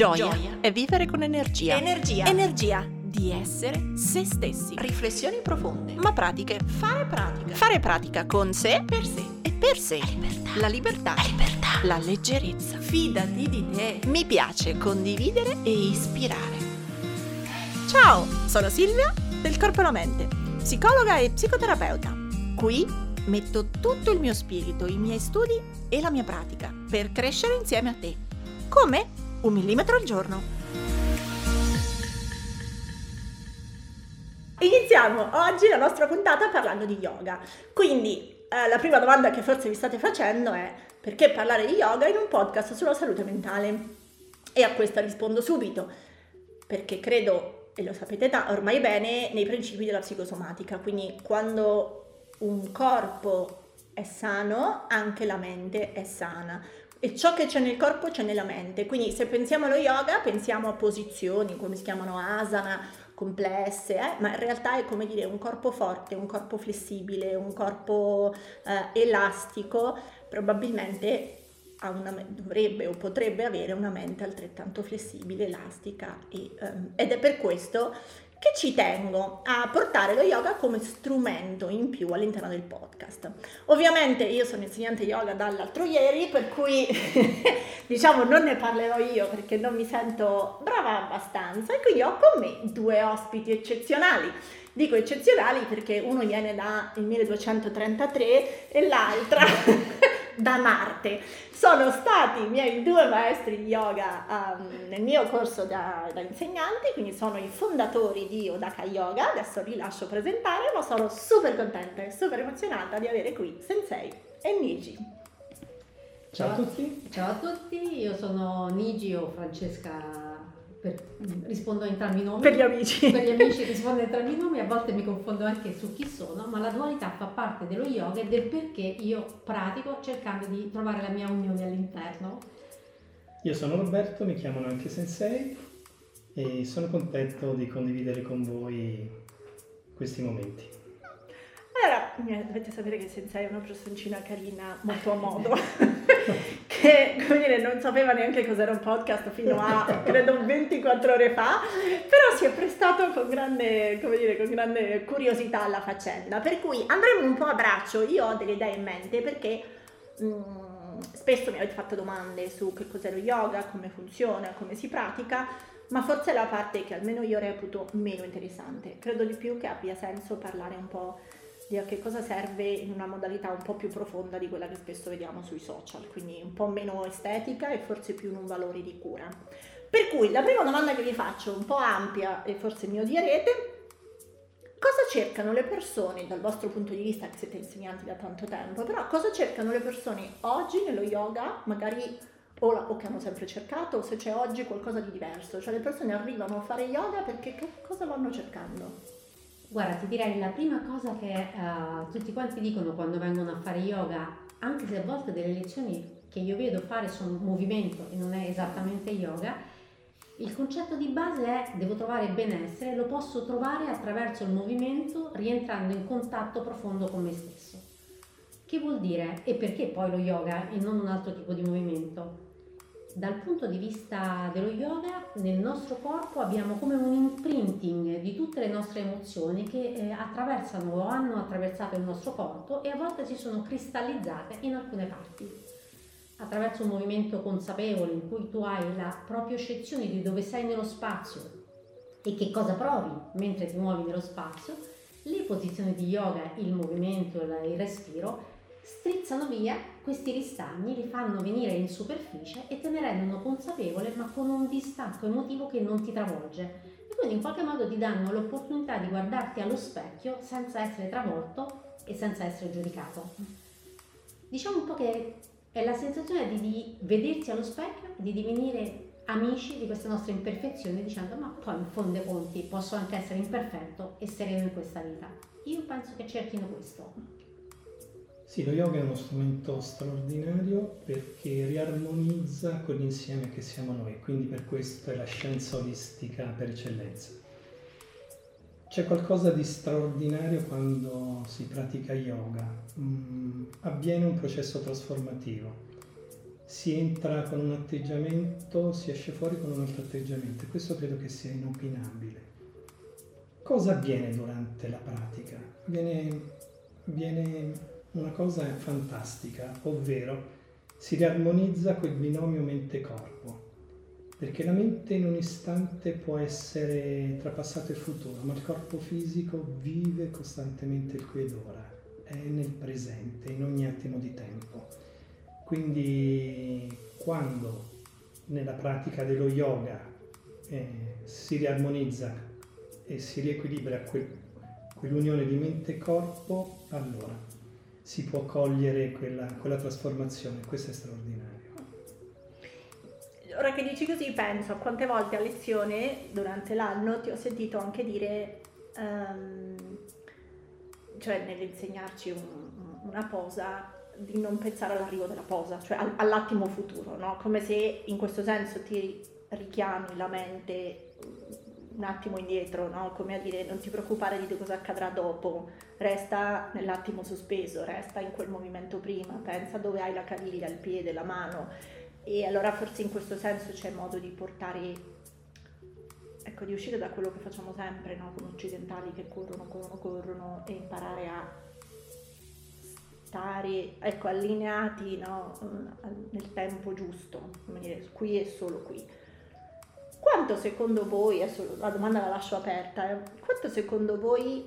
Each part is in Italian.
Gioia è vivere con energia. Energia di essere se stessi. Riflessioni profonde, Ma pratiche. fare pratica con sé Per sé. e per sé. La libertà. La leggerezza. Fidati di te. Mi piace condividere e ispirare. Ciao, sono Silvia del Corpo e la Mente, psicologa e psicoterapeuta. Qui metto tutto il mio spirito, i miei studi e la mia pratica per crescere insieme a te. Come? 1 millimetro al giorno. Iniziamo oggi la nostra puntata parlando di yoga. Quindi la prima domanda che forse vi state facendo è: perché parlare di yoga in un podcast sulla salute mentale? E a questa rispondo subito, perché credo, e lo sapete ormai bene, nei principi della psicosomatica. Quindi quando un corpo è sano, anche la mente è sana. E ciò che c'è nel corpo c'è nella mente. Quindi se pensiamo allo yoga, pensiamo a posizioni, come si chiamano, asana, complesse, ma in realtà è come dire un corpo forte, un corpo flessibile, un corpo elastico, probabilmente dovrebbe o potrebbe avere una mente altrettanto flessibile, elastica ed è per questo che ci tengo a portare lo yoga come strumento in più all'interno del podcast. Ovviamente io sono insegnante yoga dall'altro ieri, per cui diciamo non ne parlerò io perché non mi sento brava abbastanza, e quindi ho con me 2 ospiti eccezionali. Dico eccezionali perché uno viene dal 1233 e l'altra da Marte. Sono stati i miei 2 maestri di yoga nel mio corso da insegnante, quindi sono i fondatori di Odaka Yoga. Adesso li lascio presentare, ma sono super contenta e super emozionata di avere qui Sensei e Niji. Ciao a tutti. Ciao a tutti, io sono Niji o Francesca, rispondo a entrambi i nomi. Per gli amici. Per gli amici rispondo a entrambi i nomi, a volte mi confondo anche su chi sono, ma la dualità fa parte dello yoga e del perché io pratico cercando di trovare la mia unione all'interno. Io sono Roberto, mi chiamano anche Sensei e sono contento di condividere con voi questi momenti. Allora, dovete sapere che Sensei è una personcina carina, molto a modo, che come dire, non sapeva neanche cos'era un podcast fino a credo 24 ore fa, però si è prestato con grande, come dire, con grande curiosità alla faccenda, per cui andremo un po' a braccio. Io ho delle idee in mente perché spesso mi avete fatto domande su che cos'è lo yoga, come funziona, come si pratica, ma forse è la parte che almeno io reputo meno interessante. Credo di più che abbia senso parlare un po' di a che cosa serve in una modalità un po' più profonda di quella che spesso vediamo sui social, quindi un po' meno estetica e forse più in un valore di cura. Per cui la prima domanda che vi faccio, un po' ampia e forse mi odierete: cosa cercano le persone, dal vostro punto di vista che siete insegnanti da tanto tempo, però cosa cercano le persone oggi nello yoga, magari o che hanno sempre cercato, o se c'è oggi qualcosa di diverso? Cioè le persone arrivano a fare yoga perché che cosa vanno cercando? Guarda, ti direi la prima cosa che tutti quanti dicono quando vengono a fare yoga, anche se a volte delle lezioni che io vedo fare sono movimento e non è esattamente yoga, il concetto di base è: devo trovare benessere, lo posso trovare attraverso il movimento, rientrando in contatto profondo con me stesso. Che vuol dire? E perché poi lo yoga e non un altro tipo di movimento? Dal punto di vista dello yoga, nel nostro corpo abbiamo come un imprinting di tutte le nostre emozioni che attraversano o hanno attraversato il nostro corpo e a volte si sono cristallizzate in alcune parti. Attraverso un movimento consapevole in cui tu hai la propria di dove sei nello spazio e che cosa provi mentre ti muovi nello spazio, le posizioni di yoga, il movimento e il respiro strizzano via questi ristagni, li fanno venire in superficie e te ne rendono consapevole, ma con un distacco emotivo che non ti travolge, e quindi in qualche modo ti danno l'opportunità di guardarti allo specchio senza essere travolto e senza essere giudicato. Diciamo un po' che è la sensazione di vedersi allo specchio e di divenire amici di queste nostre imperfezioni, dicendo: ma poi in fondo dei conti posso anche essere imperfetto e sereno in questa vita. Io penso che cerchino questo. Sì, lo yoga è uno strumento straordinario perché riarmonizza quell'insieme che siamo noi, quindi per questo è la scienza olistica per eccellenza. C'è qualcosa di straordinario quando si pratica yoga, avviene un processo trasformativo, si entra con un atteggiamento, si esce fuori con un altro atteggiamento, e questo credo che sia inopinabile. Cosa avviene durante la pratica? Avviene una cosa fantastica, ovvero si riarmonizza quel binomio mente-corpo, perché la mente in un istante può essere tra passato e futuro, ma il corpo fisico vive costantemente il qui ed ora, è nel presente, in ogni attimo di tempo. Quindi quando nella pratica dello yoga si riarmonizza e si riequilibra quell'unione di mente e corpo, allora si può cogliere quella trasformazione. Questo è straordinario. Ora che dici così penso a quante volte a lezione durante l'anno ti ho sentito anche dire, cioè nell'insegnarci una posa, di non pensare all'arrivo della posa, cioè all'attimo futuro, no? Come se in questo senso ti richiami la mente un attimo indietro, no? Come a dire non ti preoccupare di cosa accadrà dopo, resta nell'attimo sospeso, resta in quel movimento prima, pensa dove hai la caviglia, il piede, la mano. E allora forse in questo senso c'è modo di portare, ecco, di uscire da quello che facciamo sempre, no? Come occidentali che corrono e imparare a stare, ecco, allineati, no? Nel tempo giusto, come dire, qui e solo qui. Quanto secondo voi, adesso la domanda la lascio aperta, quanto secondo voi,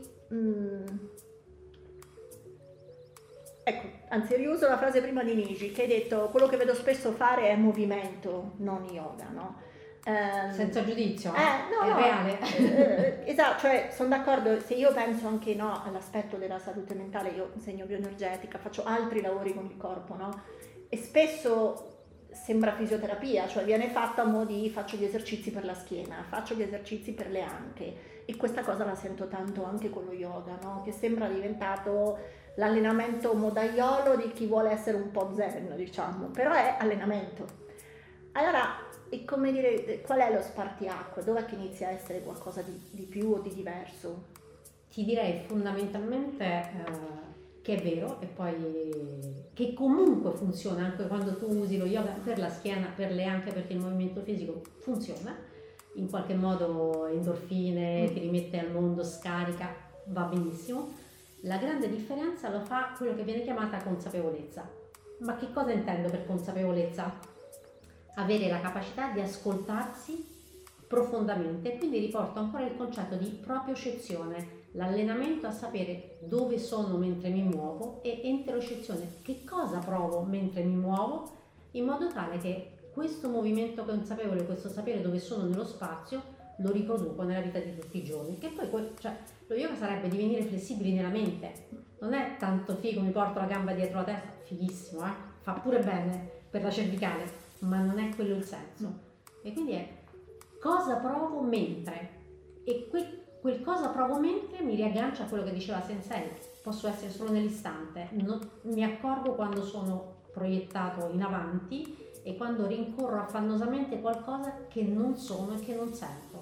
ecco, anzi riuso la frase prima di Niji che hai detto quello che vedo spesso fare è movimento, non yoga, no? Senza giudizio, no, è no, reale. Esatto, cioè sono d'accordo, se io penso anche no, all'aspetto della salute mentale, io insegno bioenergetica, faccio altri lavori con il corpo, no? E spesso sembra fisioterapia, cioè viene fatta a mo' di faccio gli esercizi per la schiena, faccio gli esercizi per le anche, e questa cosa la sento tanto anche con lo yoga, no? Che sembra diventato l'allenamento modaiolo di chi vuole essere un po' zen, diciamo, però è allenamento. Allora, e come dire, qual è lo spartiacque? Dov'è che inizia a essere qualcosa di più o di diverso? Ti direi fondamentalmente che è vero, e poi che comunque funziona anche quando tu usi lo yoga per la schiena, per le anche, perché il movimento fisico funziona, in qualche modo endorfine, ti rimette al mondo, scarica, va benissimo. La grande differenza lo fa quello che viene chiamata consapevolezza. Ma che cosa intendo per consapevolezza? Avere la capacità di ascoltarsi profondamente, quindi riporto ancora il concetto di propriocezione, l'allenamento a sapere dove sono mentre mi muovo e interocezione, che cosa provo mentre mi muovo, in modo tale che questo movimento consapevole, questo sapere dove sono nello spazio, lo riproduco nella vita di tutti i giorni. Che poi cioè, lo yoga sarebbe divenire flessibili nella mente, non è tanto figo, mi porto la gamba dietro la testa, fighissimo, fa pure bene per la cervicale, ma non è quello il senso. E quindi è cosa provo mentre, e quel cosa provo mentre mi riaggancia a quello che diceva Sensei, posso essere solo nell'istante, mi accorgo quando sono proiettato in avanti e quando rincorro affannosamente qualcosa che non sono e che non sento,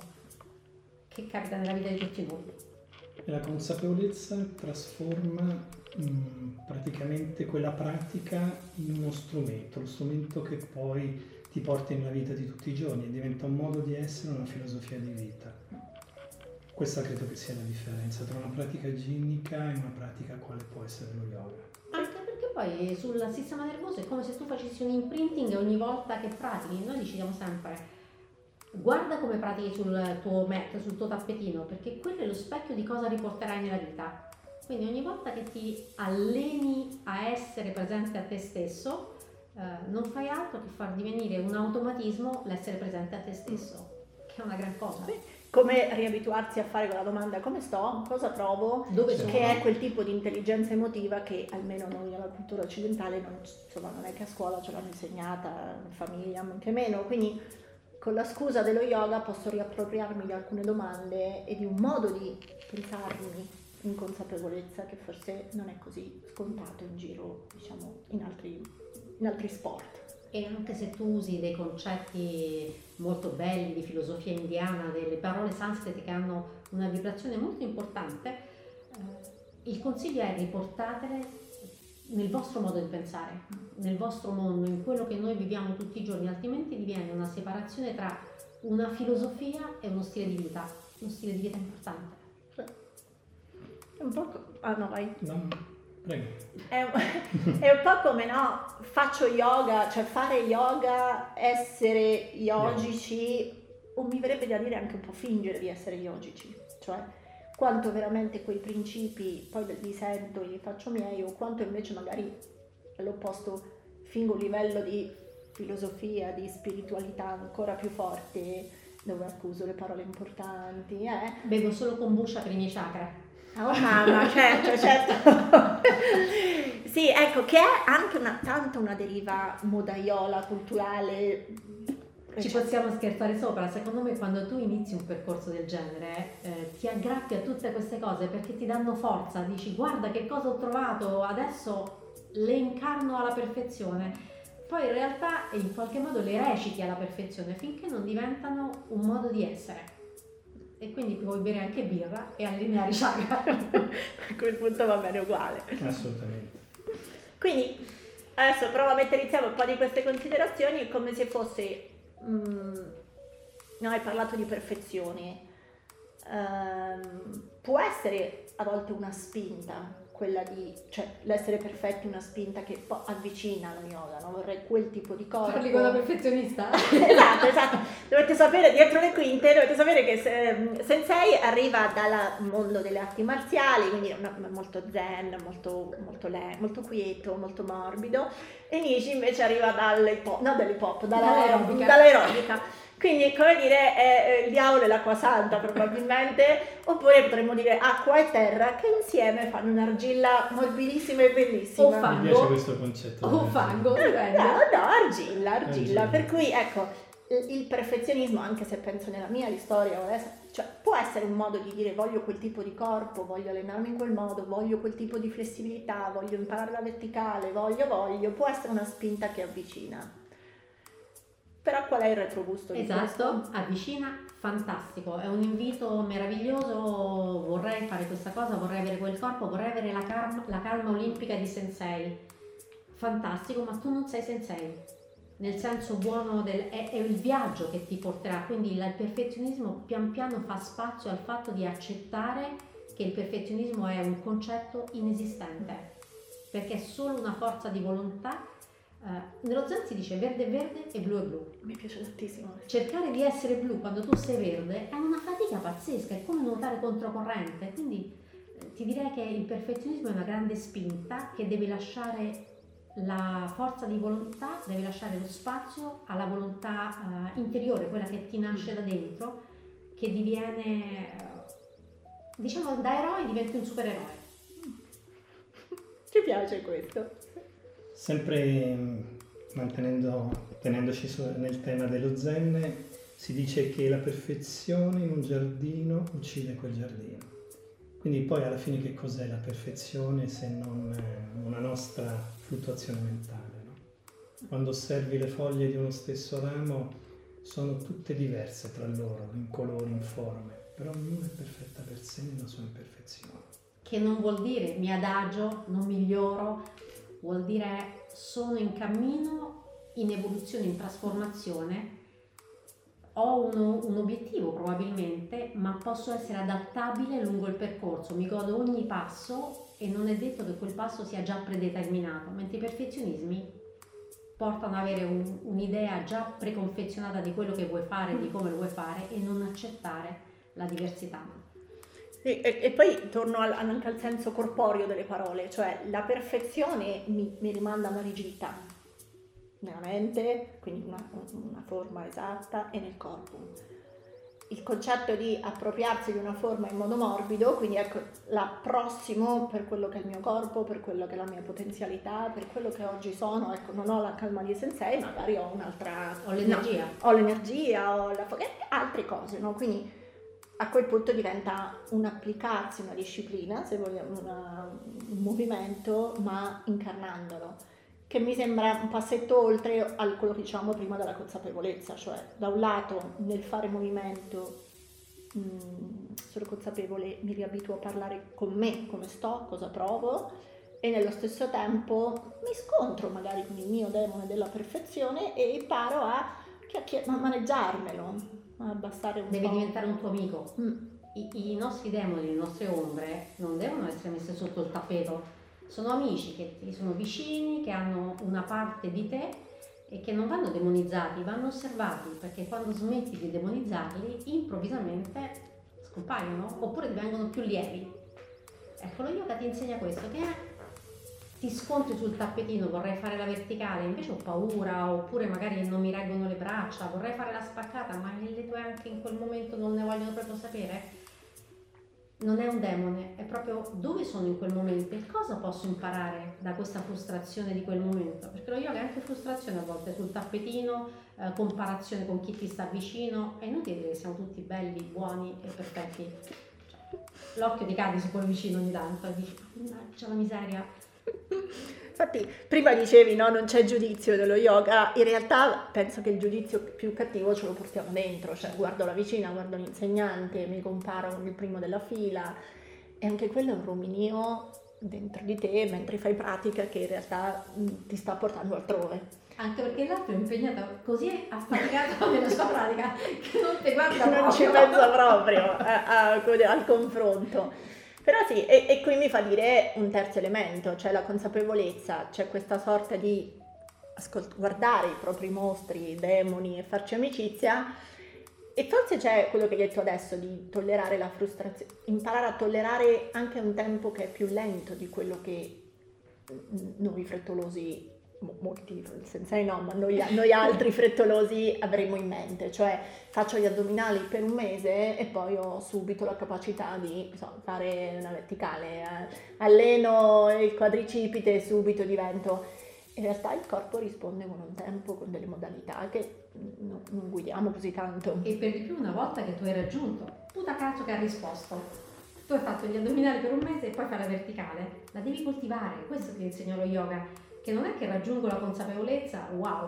che capita nella vita di tutti noi. E la consapevolezza trasforma praticamente quella pratica in uno strumento, lo strumento che poi ti porta nella vita di tutti i giorni e diventa un modo di essere, una filosofia di vita. Questa credo che sia la differenza tra una pratica ginnica e una pratica quale può essere lo yoga. Anche perché poi sul sistema nervoso è come se tu facessi un imprinting ogni volta che pratichi. Noi diciamo sempre guarda come pratichi sul tuo mat, sul tuo tappetino, perché quello è lo specchio di cosa riporterai nella vita. Quindi ogni volta che ti alleni a essere presente a te stesso, non fai altro che far divenire un automatismo l'essere presente a te stesso, che è una gran cosa. Come riabituarsi a fare quella domanda come sto, cosa provo, dove sono? Che è quel tipo di intelligenza emotiva che almeno noi nella cultura occidentale non è che a scuola ce l'hanno insegnata, in famiglia anche meno, quindi con la scusa dello yoga posso riappropriarmi di alcune domande e di un modo di pensarmi in consapevolezza che forse non è così scontato in giro, diciamo, in altri sport. E anche se tu usi dei concetti molto belli di filosofia indiana, delle parole sanscrite che hanno una vibrazione molto importante, il consiglio è riportatele nel vostro modo di pensare, nel vostro mondo, in quello che noi viviamo tutti i giorni, altrimenti diviene una separazione tra una filosofia e uno stile di vita importante. È un po'... Ah no, vai. No, prego. È un po' come, no, faccio yoga, cioè fare yoga, essere yogici, o mi verrebbe da dire anche un po' fingere di essere yogici, cioè quanto veramente quei principi poi li sento, li faccio miei, o quanto invece magari all'opposto fingo un livello di filosofia, di spiritualità ancora più forte, dove accuso le parole importanti. Bevo solo kombucha per i miei chakra. Oh mamma, certo. Sì, ecco, che è anche tanto una deriva modaiola, culturale. Ci possiamo scherzare sopra. Secondo me quando tu inizi un percorso del genere ti aggrappi a tutte queste cose perché ti danno forza, dici guarda che cosa ho trovato, adesso le incarno alla perfezione. Poi in realtà in qualche modo le reciti alla perfezione finché non diventano un modo di essere. E quindi puoi bere anche birra e allineare i chakra. A quel punto va bene uguale. Assolutamente. Quindi adesso provo a mettere insieme un po' di queste considerazioni come se fosse... no, hai parlato di perfezione. Può essere a volte una spinta, quella di, cioè l'essere perfetti, una spinta che poi avvicina alla yoga, no? Vorrei quel tipo di corpo. Parli con la perfezionista? Esatto. Dovete sapere, dietro le quinte, dovete sapere che Sensei arriva dal mondo delle arti marziali, quindi molto zen, molto quieto, molto morbido, e Nishi invece arriva dall'aerobica. Quindi, come dire, è il diavolo e l'acqua santa probabilmente, oppure potremmo dire acqua e terra che insieme fanno un'argilla morbidissima e bellissima. O fango. Mi piace questo concetto. O fango, dipende. No, argilla. Per cui, ecco, il perfezionismo, anche se penso nella mia storia, cioè, può essere un modo di dire voglio quel tipo di corpo, voglio allenarmi in quel modo, voglio quel tipo di flessibilità, voglio imparare la verticale, voglio, può essere una spinta che avvicina. Però qual è il retrogusto di questo? Esatto, avvicina, fantastico, è un invito meraviglioso, vorrei fare questa cosa, vorrei avere quel corpo, vorrei avere la calma olimpica di Sensei. Fantastico, ma tu non sei Sensei, nel senso buono è il viaggio che ti porterà, quindi il perfezionismo pian piano fa spazio al fatto di accettare che il perfezionismo è un concetto inesistente, perché è solo una forza di volontà. Nello Zen si dice verde è verde e blu è blu. Mi piace tantissimo. Cercare di essere blu quando tu sei verde è una fatica pazzesca, è come nuotare controcorrente, quindi ti direi che il perfezionismo è una grande spinta che deve lasciare la forza di volontà, deve lasciare lo spazio alla volontà interiore, quella che ti nasce da dentro, che diviene, diciamo, da eroe diventi un supereroe. Ci piace questo. Sempre tenendoci nel tema dello Zen, si dice che la perfezione in un giardino uccide quel giardino. Quindi poi alla fine che cos'è la perfezione se non una nostra fluttuazione mentale, no? Quando osservi le foglie di uno stesso ramo sono tutte diverse tra loro, in colori, in forme, però ognuna è perfetta per sé nella sua imperfezione. Che non vuol dire mi adagio, non miglioro, vuol dire sono in cammino, in evoluzione, in trasformazione, ho un obiettivo probabilmente, ma posso essere adattabile lungo il percorso, mi godo ogni passo e non è detto che quel passo sia già predeterminato, mentre i perfezionismi portano ad avere un'idea già preconfezionata di quello che vuoi fare, di come lo vuoi fare e non accettare la diversità. E poi torno anche al senso corporeo delle parole, cioè la perfezione mi rimanda a una rigidità nella mente, quindi una forma esatta, e nel corpo. Il concetto di appropriarsi di una forma in modo morbido, quindi ecco, l'approssimo per quello che è il mio corpo, per quello che è la mia potenzialità, per quello che oggi sono, ecco, non ho la calma di Sensei, magari ho un'altra... Ho l'energia. No, ho l'energia, ho altre cose, no? Quindi a quel punto diventa un applicarsi, una disciplina, se vogliamo, un movimento, ma incarnandolo, che mi sembra un passetto oltre a quello che dicevamo prima della consapevolezza, cioè da un lato nel fare movimento sono consapevole, mi riabituo a parlare con me, come sto, cosa provo, e nello stesso tempo mi scontro magari con il mio demone della perfezione e imparo a maneggiarmelo, a abbassare un Devi po'. diventare un tuo amico. I nostri demoni, le nostre ombre non devono essere messe sotto il tappeto, sono amici che ti sono vicini, che hanno una parte di te e che non vanno demonizzati, vanno osservati, perché quando smetti di demonizzarli improvvisamente scompaiono oppure divengono più lievi. Ecco, lo yoga ti insegna questo, che ti scontri sul tappetino, vorrei fare la verticale, invece ho paura, oppure magari non mi reggono le braccia, vorrei fare la spaccata, ma le tue anche in quel momento non ne vogliono proprio sapere. Non è un demone, è proprio dove sono in quel momento e cosa posso imparare da questa frustrazione di quel momento, perché lo yoga è anche frustrazione a volte sul tappetino, comparazione con chi ti sta vicino. È inutile dire che siamo tutti belli, buoni e perfetti, l'occhio ti cade su quel vicino ogni tanto e dici c'è la miseria. Infatti prima dicevi no, non c'è giudizio dello yoga, in realtà penso che il giudizio più cattivo ce lo portiamo dentro, cioè guardo la vicina, guardo l'insegnante, mi comparo con il primo della fila e anche quello è un ruminio dentro di te mentre fai pratica che in realtà ti sta portando altrove. Anche perché l'altro è impegnato così affaticato nella sua pratica che non ti guarda Non ci pensa proprio al confronto. Però sì, e qui mi fa dire un terzo elemento, cioè la consapevolezza, c'è questa sorta di guardare i propri mostri, i demoni e farci amicizia, e forse c'è quello che hai detto adesso di tollerare la frustrazione, imparare a tollerare anche un tempo che è più lento di quello che noi frettolosi, molti sensei no, ma noi altri frettolosi avremo in mente, cioè faccio gli addominali per un mese e poi ho subito la capacità di fare una verticale, alleno il quadricipite e subito divento. In realtà il corpo risponde con un tempo, con delle modalità che non guidiamo così tanto. E per di più una volta che tu hai raggiunto, puta cazzo che ha risposto, tu hai fatto gli addominali per un mese e poi fai la verticale, la devi coltivare, questo ti insegna lo yoga. Che non è che raggiungo la consapevolezza, wow,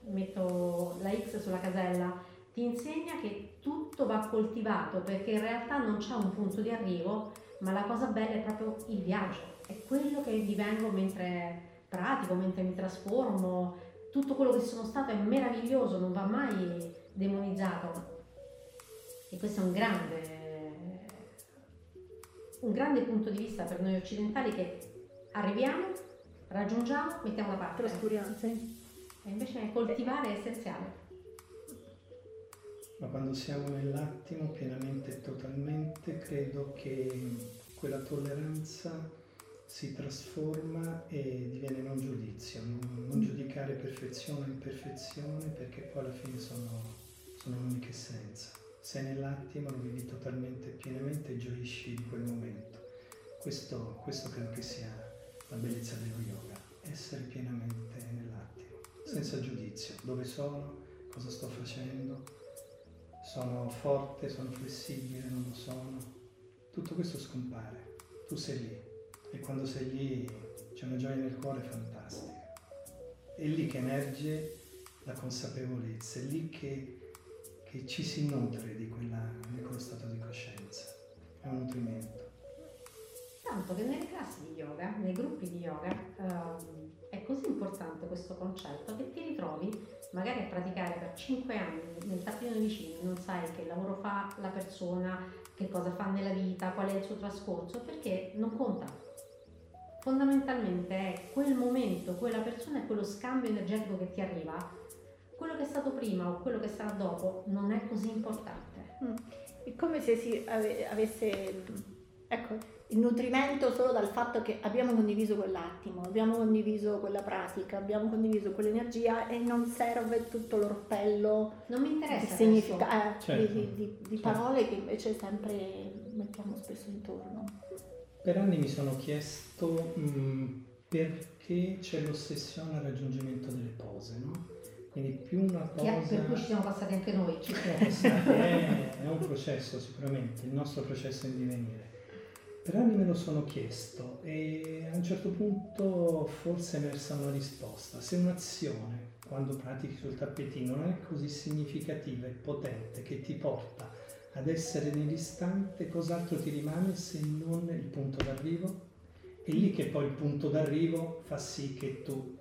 metto la X sulla casella, ti insegna che tutto va coltivato perché in realtà non c'è un punto di arrivo, ma la cosa bella è proprio il viaggio, è quello che divengo mentre pratico, mentre mi trasformo, tutto quello che sono stato è meraviglioso, non va mai demonizzato. E questo è un grande punto di vista per noi occidentali che arriviamo, raggiungiamo, mettiamo da parte. Trascuriamo, sì. E invece coltivare è essenziale. Ma quando siamo nell'attimo, pienamente e totalmente, credo che quella tolleranza si trasforma e diviene non giudizio, non giudicare perfezione o imperfezione, perché poi alla fine sono l'unica essenza. Sei nell'attimo, lo vivi totalmente e pienamente e gioisci di quel momento. Questo credo che sia la bellezza dello yoga, essere pienamente nell'attimo, senza giudizio, dove sono, cosa sto facendo, sono forte, sono flessibile, non lo sono, tutto questo scompare, tu sei lì e quando sei lì c'è una gioia nel cuore fantastica, è lì che emerge la consapevolezza, è lì che ci si nutre di quello stato di coscienza, è un nutrimento. Tanto che nelle classi di yoga, nei gruppi di yoga, è così importante questo concetto che ti ritrovi magari a praticare per 5 anni nel tappino vicino, non sai che lavoro fa la persona, che cosa fa nella vita, qual è il suo trascorso, perché non conta. Fondamentalmente è quel momento, quella persona e quello scambio energetico che ti arriva, quello che è stato prima o quello che sarà dopo non è così importante. È come se si avesse, ecco, il nutrimento solo dal fatto che abbiamo condiviso quell'attimo, abbiamo condiviso quella pratica, abbiamo condiviso quell'energia e non serve tutto l'orpello non mi interessa di significato, certo. di parole che invece sempre mettiamo spesso intorno. Per anni mi sono chiesto perché c'è l'ossessione al raggiungimento delle pose, no? Quindi più una posa... Per cui ci siamo passati anche noi. È un processo sicuramente, il nostro processo in divenire. Per anni me lo sono chiesto e a un certo punto forse è emersa una risposta. Se un'azione, quando pratichi sul tappetino, non è così significativa e potente che ti porta ad essere nell'istante, cos'altro ti rimane se non il punto d'arrivo? È lì che poi il punto d'arrivo fa sì che tu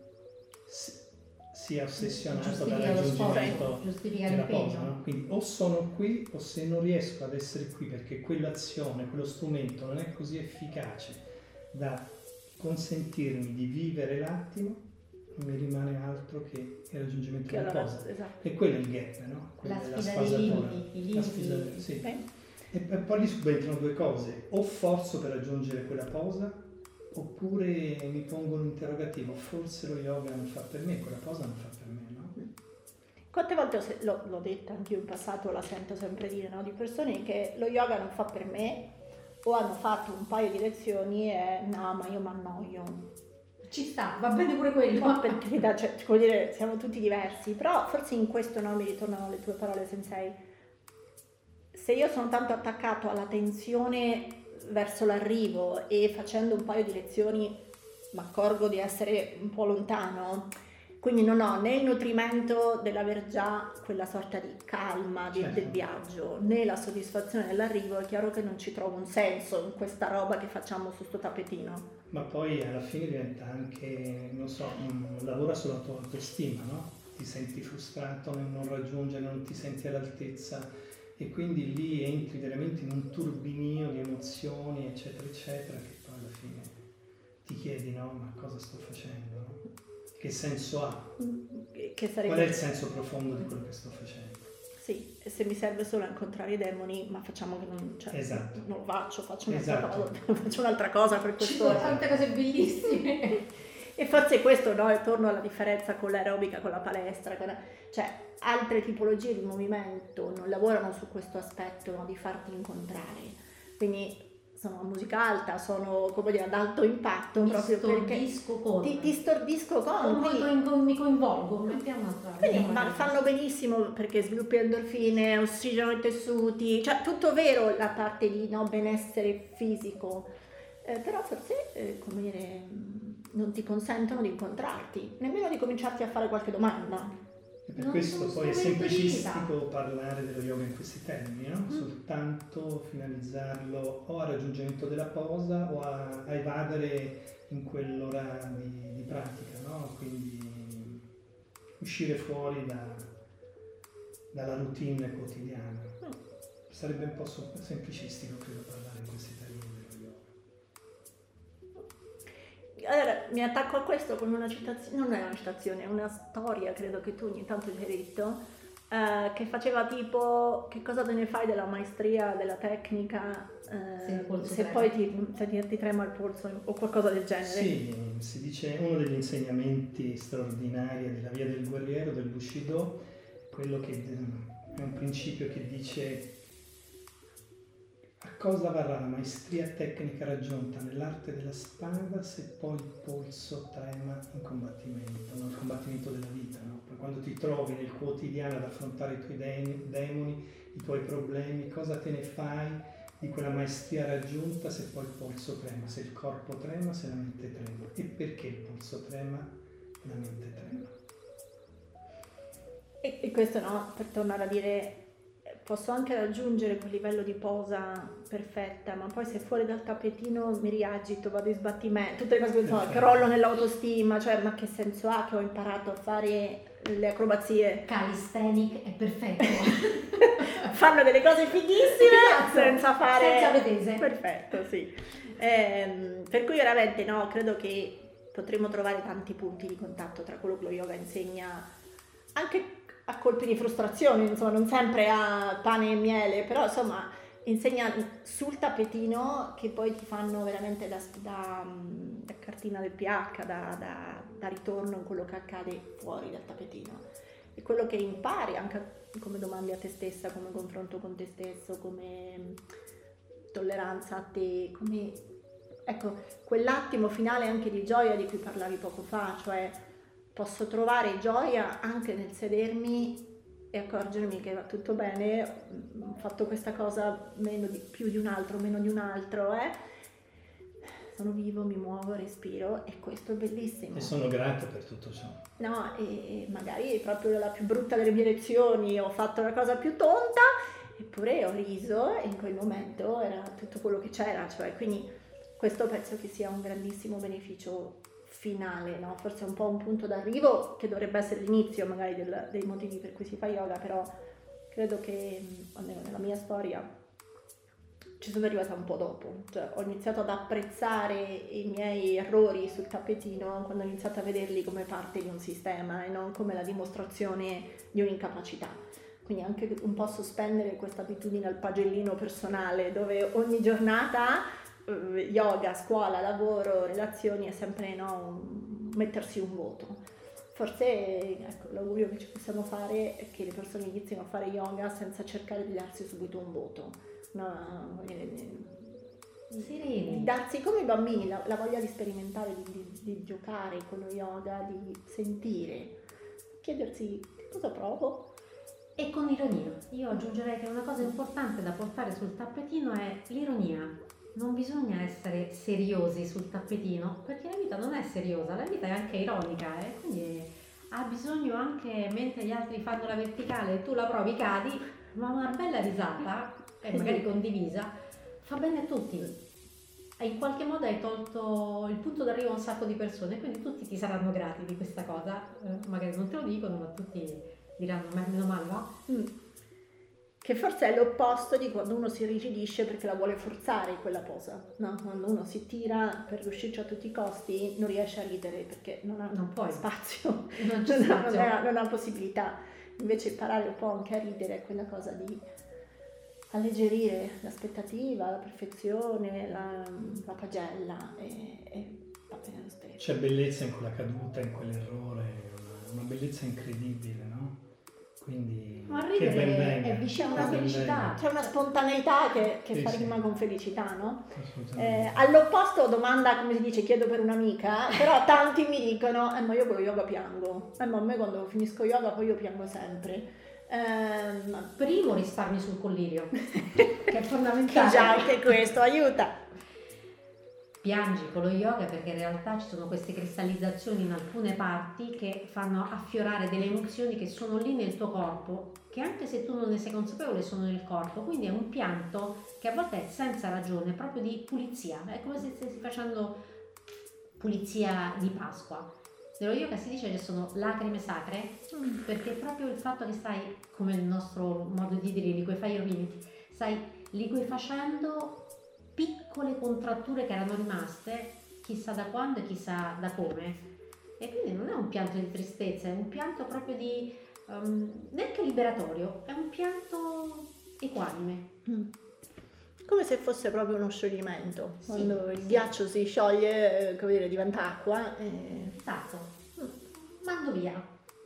sia ossessionato dal raggiungimento della posa, no? Quindi o sono qui, o se non riesco ad essere qui perché quell'azione, quello strumento non è così efficace da consentirmi di vivere l'attimo, non mi rimane altro che il raggiungimento della posa. Esatto. E quello è il gap, no? La sfida sfasatura. dei limiti. Sì. E poi lì subentrano due cose: o forzo per raggiungere quella posa, oppure mi pongo un interrogativo: forse lo yoga non fa per me, quella posa non fa per me, no? Quante volte l'ho detta anche io in passato, la sento sempre dire, no? Di persone che lo yoga non fa per me, o hanno fatto un paio di lezioni e no, ma io mi annoio. Ci sta, va bene pure quello. No, per carità, cioè, come dire, siamo tutti diversi, però forse in questo, no, mi ritornano le tue parole, Sensei. Se io sono tanto attaccato alla tensione verso l'arrivo e facendo un paio di lezioni mi accorgo di essere un po' lontano, quindi non ho né il nutrimento dell'aver già quella sorta di calma del viaggio, né la soddisfazione dell'arrivo, è chiaro che non ci trovo un senso in questa roba che facciamo su sto tappetino. Ma poi alla fine diventa anche, non so, un lavoro sulla tua autostima, no? Ti senti frustrato nel non raggiungere, non ti senti all'altezza, e quindi lì entri veramente in un turbinio di emozioni, eccetera, eccetera, che poi alla fine ti chiedi, no? Ma cosa sto facendo, no? Che senso ha? Qual è il senso profondo di quello che sto facendo? Sì, e se mi serve solo a incontrare i demoni, ma facciamo che non, cioè, esatto. Non lo faccio un'altra cosa, faccio un'altra cosa per questo. Ci sono tante cose bellissime. E forse questo, no, torno alla differenza con l'aerobica, con la palestra, cioè altre tipologie di movimento non lavorano su questo aspetto, no, di farti incontrare. Quindi sono a musica alta, sono, come dire, ad alto impatto, proprio perché ti stordisco con. Mi coinvolgo, mettiamo un'altra. Quindi, ma fanno benissimo perché sviluppi endorfine, ossigenano i tessuti, cioè tutto vero la parte di, no, benessere fisico, però forse, come dire, non ti consentono di incontrarti, nemmeno di cominciarti a fare qualche domanda. E per questo poi è semplicistico parlare dello yoga in questi termini, no? Soltanto finalizzarlo o al raggiungimento della posa o a evadere in quell'ora di pratica, no? Quindi uscire fuori dalla routine quotidiana. Sarebbe un po' semplicistico, credo, parlare in questi termini dello yoga. Allora, mi attacco a questo con una citazione, non è una citazione, è una storia, credo che tu ogni tanto ci hai detto, che faceva tipo: che cosa te ne fai della maestria, della tecnica, se poi ti trema il polso o qualcosa del genere? Sì, si dice uno degli insegnamenti straordinari della via del guerriero, del Bushido, quello che è un principio che dice: a cosa varrà la maestria tecnica raggiunta nell'arte della spada se poi il polso trema in combattimento, nel combattimento della vita, no? Poi quando ti trovi nel quotidiano ad affrontare i tuoi demoni, i tuoi problemi, cosa te ne fai di quella maestria raggiunta se poi il polso trema, se il corpo trema, se la mente trema? E perché il polso trema e la mente trema? E questo, no, per tornare a dire, posso anche raggiungere quel livello di posa perfetta, ma poi se fuori dal tappetino mi riagito, vado in sbattimento, tutte le cose che crollo nell'autostima, cioè ma che senso ha che ho imparato a fare le acrobazie? Calisthenic è perfetto. Fanno delle cose fighissime senza pretese. Perfetto, sì. Per cui veramente, no, credo che potremo trovare tanti punti di contatto tra quello che lo yoga insegna, anche a colpi di frustrazioni, insomma, non sempre a pane e miele, però insomma insegna sul tappetino che poi ti fanno veramente da cartina del pH, da ritorno in quello che accade fuori dal tappetino. E quello che impari anche come domandi a te stessa, come confronto con te stesso, come tolleranza a te, come, ecco, quell'attimo finale anche di gioia di cui parlavi poco fa, cioè posso trovare gioia anche nel sedermi e accorgermi che va tutto bene, ho fatto questa cosa più di un altro, meno di un altro, sono vivo, mi muovo, respiro, e questo è bellissimo. E sono grato per tutto ciò. No, e magari proprio la più brutta delle mie lezioni ho fatto la cosa più tonta, eppure ho riso e in quel momento era tutto quello che c'era, cioè quindi questo penso che sia un grandissimo beneficio finale, no? Forse è un po' un punto d'arrivo che dovrebbe essere l'inizio magari dei motivi per cui si fa yoga, però credo che almeno nella mia storia ci sono arrivata un po' dopo, cioè ho iniziato ad apprezzare i miei errori sul tappetino quando ho iniziato a vederli come parte di un sistema e non come la dimostrazione di un'incapacità. Quindi anche un po' sospendere questa abitudine al pagellino personale dove ogni giornata yoga, scuola, lavoro, relazioni è sempre mettersi un voto. Forse ecco, l'augurio che ci possiamo fare è che le persone inizino a fare yoga senza cercare di darsi subito un voto. Darsi come i bambini la voglia di sperimentare, di giocare con lo yoga, di sentire, chiedersi che cosa provo. E con ironia. Io aggiungerei che una cosa importante da portare sul tappetino è l'ironia. Non bisogna essere seriosi sul tappetino, perché la vita non è seriosa, la vita è anche ironica, quindi ha bisogno anche, mentre gli altri fanno la verticale e tu la provi, cadi, ma una bella risata, magari condivisa, fa bene a tutti. E in qualche modo hai tolto il punto d'arrivo a un sacco di persone, quindi tutti ti saranno grati di questa cosa, magari non te lo dicono, ma tutti diranno, ma meno male, no? Che forse è l'opposto di quando uno si irrigidisce perché la vuole forzare quella posa, no? Quando uno si tira per riuscirci a tutti i costi non riesce a ridere perché non ha spazio, non c'è spazio. non ha possibilità. Invece imparare un po' anche a ridere è quella cosa di alleggerire l'aspettativa, la perfezione, la pagella e va bene lo stesso. C'è bellezza in quella caduta, in quell'errore, una bellezza incredibile, no? Quindi che ben venga. È vicino alla felicità. C'è una spontaneità che fa rima con felicità, no? Assolutamente. All'opposto, domanda, come si dice, chiedo per un'amica, però tanti mi dicono, ma io con lo yoga piango, ma a me quando finisco yoga poi io piango sempre. Primo risparmi sul collirio, che è fondamentale. Già, anche questo aiuta. Piangi con lo yoga perché in realtà ci sono queste cristallizzazioni in alcune parti che fanno affiorare delle emozioni che sono lì nel tuo corpo, che anche se tu non ne sei consapevole sono nel corpo, quindi è un pianto che a volte è senza ragione, proprio di pulizia, è come se stessi facendo pulizia di Pasqua. Nello yoga si dice che sono lacrime sacre, perché proprio il fatto che stai, come il nostro modo di dire, stai liquefacendo piccole contratture che erano rimaste, chissà da quando e chissà da come. E quindi non è un pianto di tristezza, è un pianto proprio di neanche liberatorio, è un pianto equanime. Come se fosse proprio uno scioglimento, quando il ghiaccio si scioglie, come dire, diventa acqua. Esatto, mando via.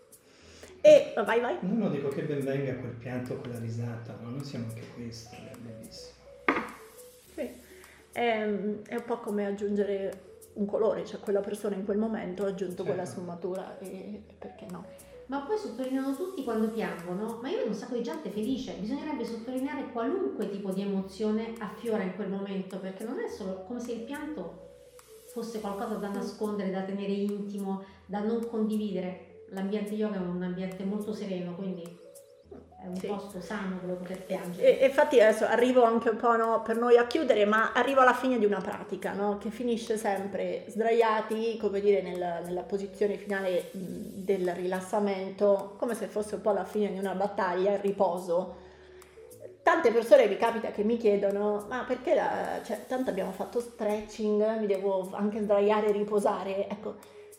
E vai. No, dico che ben venga quel pianto, quella risata, no? Noi siamo anche questo, è bellissimo. Sì. È un po' come aggiungere un colore, cioè quella persona in quel momento ha aggiunto quella sfumatura e perché no? Ma poi sottolineano tutti quando piangono, ma io vedo un sacco di gente felice, bisognerebbe sottolineare qualunque tipo di emozione affiora in quel momento, perché non è solo come se il pianto fosse qualcosa da nascondere, da tenere intimo, da non condividere. L'ambiente yoga è un ambiente molto sereno, quindi è un posto sano dove poter piangere. E infatti adesso arrivo anche un po' per noi a chiudere, ma arrivo alla fine di una pratica, no? Che finisce sempre sdraiati, come dire, nella posizione finale del rilassamento, come se fosse un po' la fine di una battaglia, il riposo. Tante persone mi capita che mi chiedono, ma perché tanto abbiamo fatto stretching, mi devo anche sdraiare e riposare, ecco,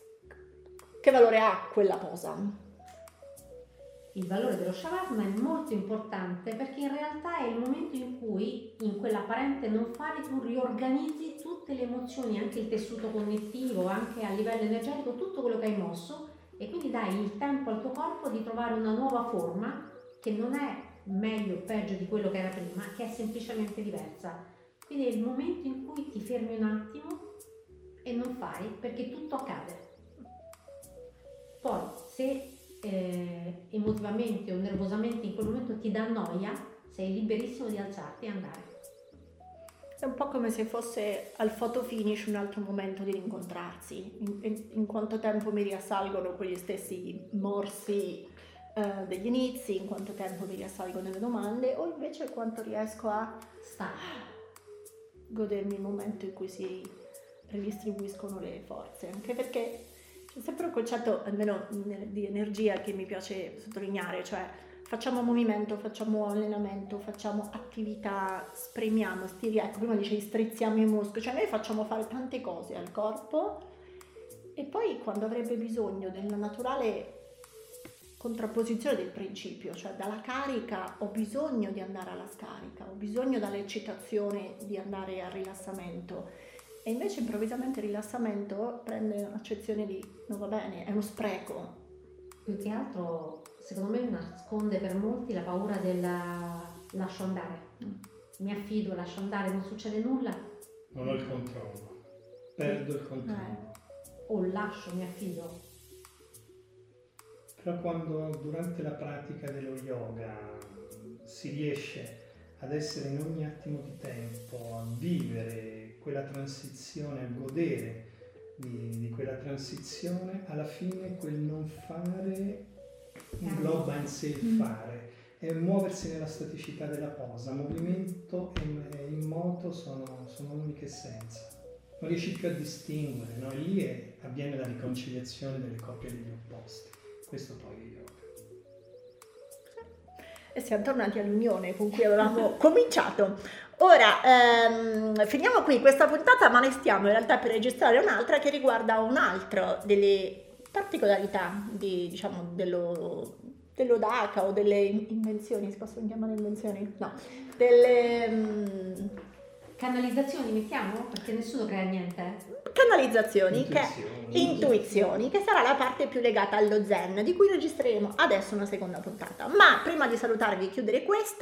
che valore ha quella posa? Il valore dello shavasana è molto importante perché in realtà è il momento in cui in quell'apparente non fare tu riorganizzi tutte le emozioni, anche il tessuto connettivo, anche a livello energetico, tutto quello che hai mosso e quindi dai il tempo al tuo corpo di trovare una nuova forma che non è meglio o peggio di quello che era prima, che è semplicemente diversa. Quindi è il momento in cui ti fermi un attimo e non fai perché tutto accade. Poi se emotivamente o nervosamente in quel momento ti dà noia, sei liberissimo di alzarti e andare. È un po' come se fosse al photo finish un altro momento di rincontrarsi, in quanto tempo mi riassalgono quegli stessi morsi degli inizi, in quanto tempo mi riassalgono le domande o invece quanto riesco a stare godermi il momento in cui si ridistribuiscono le forze, anche perché c'è sempre un concetto, almeno di energia, che mi piace sottolineare, cioè facciamo movimento, facciamo allenamento, facciamo attività, spremiamo, ecco, prima dicevi strizziamo i muscoli, cioè noi facciamo fare tante cose al corpo e poi quando avrebbe bisogno della naturale contrapposizione del principio, cioè dalla carica ho bisogno di andare alla scarica, ho bisogno dall'eccitazione di andare al rilassamento, e invece improvvisamente il rilassamento prende un'accezione di non va bene, è uno spreco. Più che altro secondo me nasconde per molti la paura del lascio andare, mi affido, lascio andare, non succede nulla, non ho il controllo, perdo il controllo, o lascio, mi affido. Però quando durante la pratica dello yoga si riesce ad essere in ogni attimo di tempo, a vivere quella transizione, a godere di quella transizione, alla fine quel non fare ingloba in sé il fare, e muoversi nella staticità della posa. Movimento e in moto sono l'unica essenza. Non riesci più a distinguere, no? E lì avviene la riconciliazione delle coppie degli opposti. Questo poi è yoga. E siamo tornati all'unione con cui avevamo cominciato. Ora, finiamo qui questa puntata, ma ne stiamo in realtà per registrare un'altra che riguarda un altro delle particolarità diciamo, dell'Odaka o delle invenzioni, si possono chiamare invenzioni? No, delle canalizzazioni mettiamo? Perché nessuno crea niente. Canalizzazioni, intuizioni, che sarà la parte più legata allo zen, di cui registreremo adesso una seconda puntata. Ma prima di salutarvi e chiudere questa,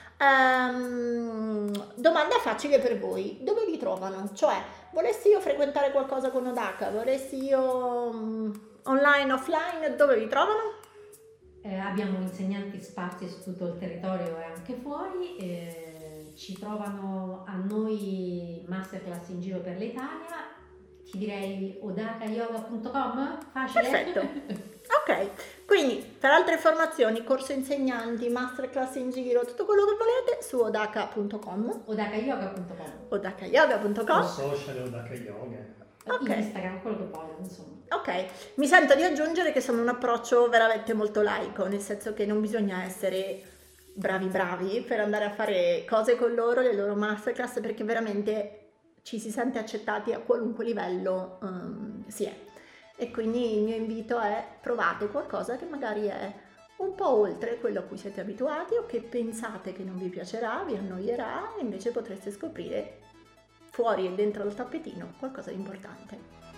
domanda facile per voi: dove vi trovano? Cioè, volessi io frequentare qualcosa con Odaka, volessi io online, offline, dove vi trovano? Abbiamo insegnanti sparsi su tutto il territorio e anche fuori. Ci trovano a noi masterclass in giro per l'Italia. Ti direi odakayoga.com, facile? Perfetto. Ok, quindi per altre informazioni, corso insegnanti, masterclass in giro, tutto quello che volete su odaka.com. odakayoga.com. Social Odaka Yoga. Okay. Instagram, quello che voglio, insomma. Ok, mi sento di aggiungere che sono un approccio veramente molto laico, nel senso che non bisogna essere bravi per andare a fare cose con loro, le loro masterclass, perché veramente ci si sente accettati a qualunque livello si è. E quindi il mio invito è: provate qualcosa che magari è un po' oltre quello a cui siete abituati o che pensate che non vi piacerà, vi annoierà, e invece potreste scoprire fuori e dentro il tappetino qualcosa di importante.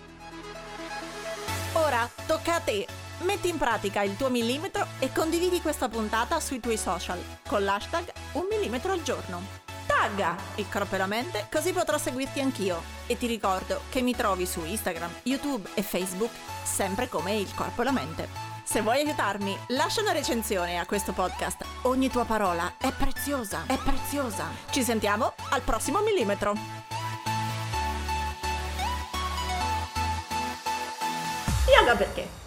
Ora tocca a te! Metti in pratica il tuo millimetro e condividi questa puntata sui tuoi social con l'hashtag 1 millimetro al giorno. Tagga il corpo e la mente, così potrò seguirti anch'io. E ti ricordo che mi trovi su Instagram, YouTube e Facebook sempre come Il Corpo e la Mente. Se vuoi aiutarmi, lascia una recensione a questo podcast. Ogni tua parola è preziosa, è preziosa. Ci sentiamo al prossimo millimetro. Yoga perché?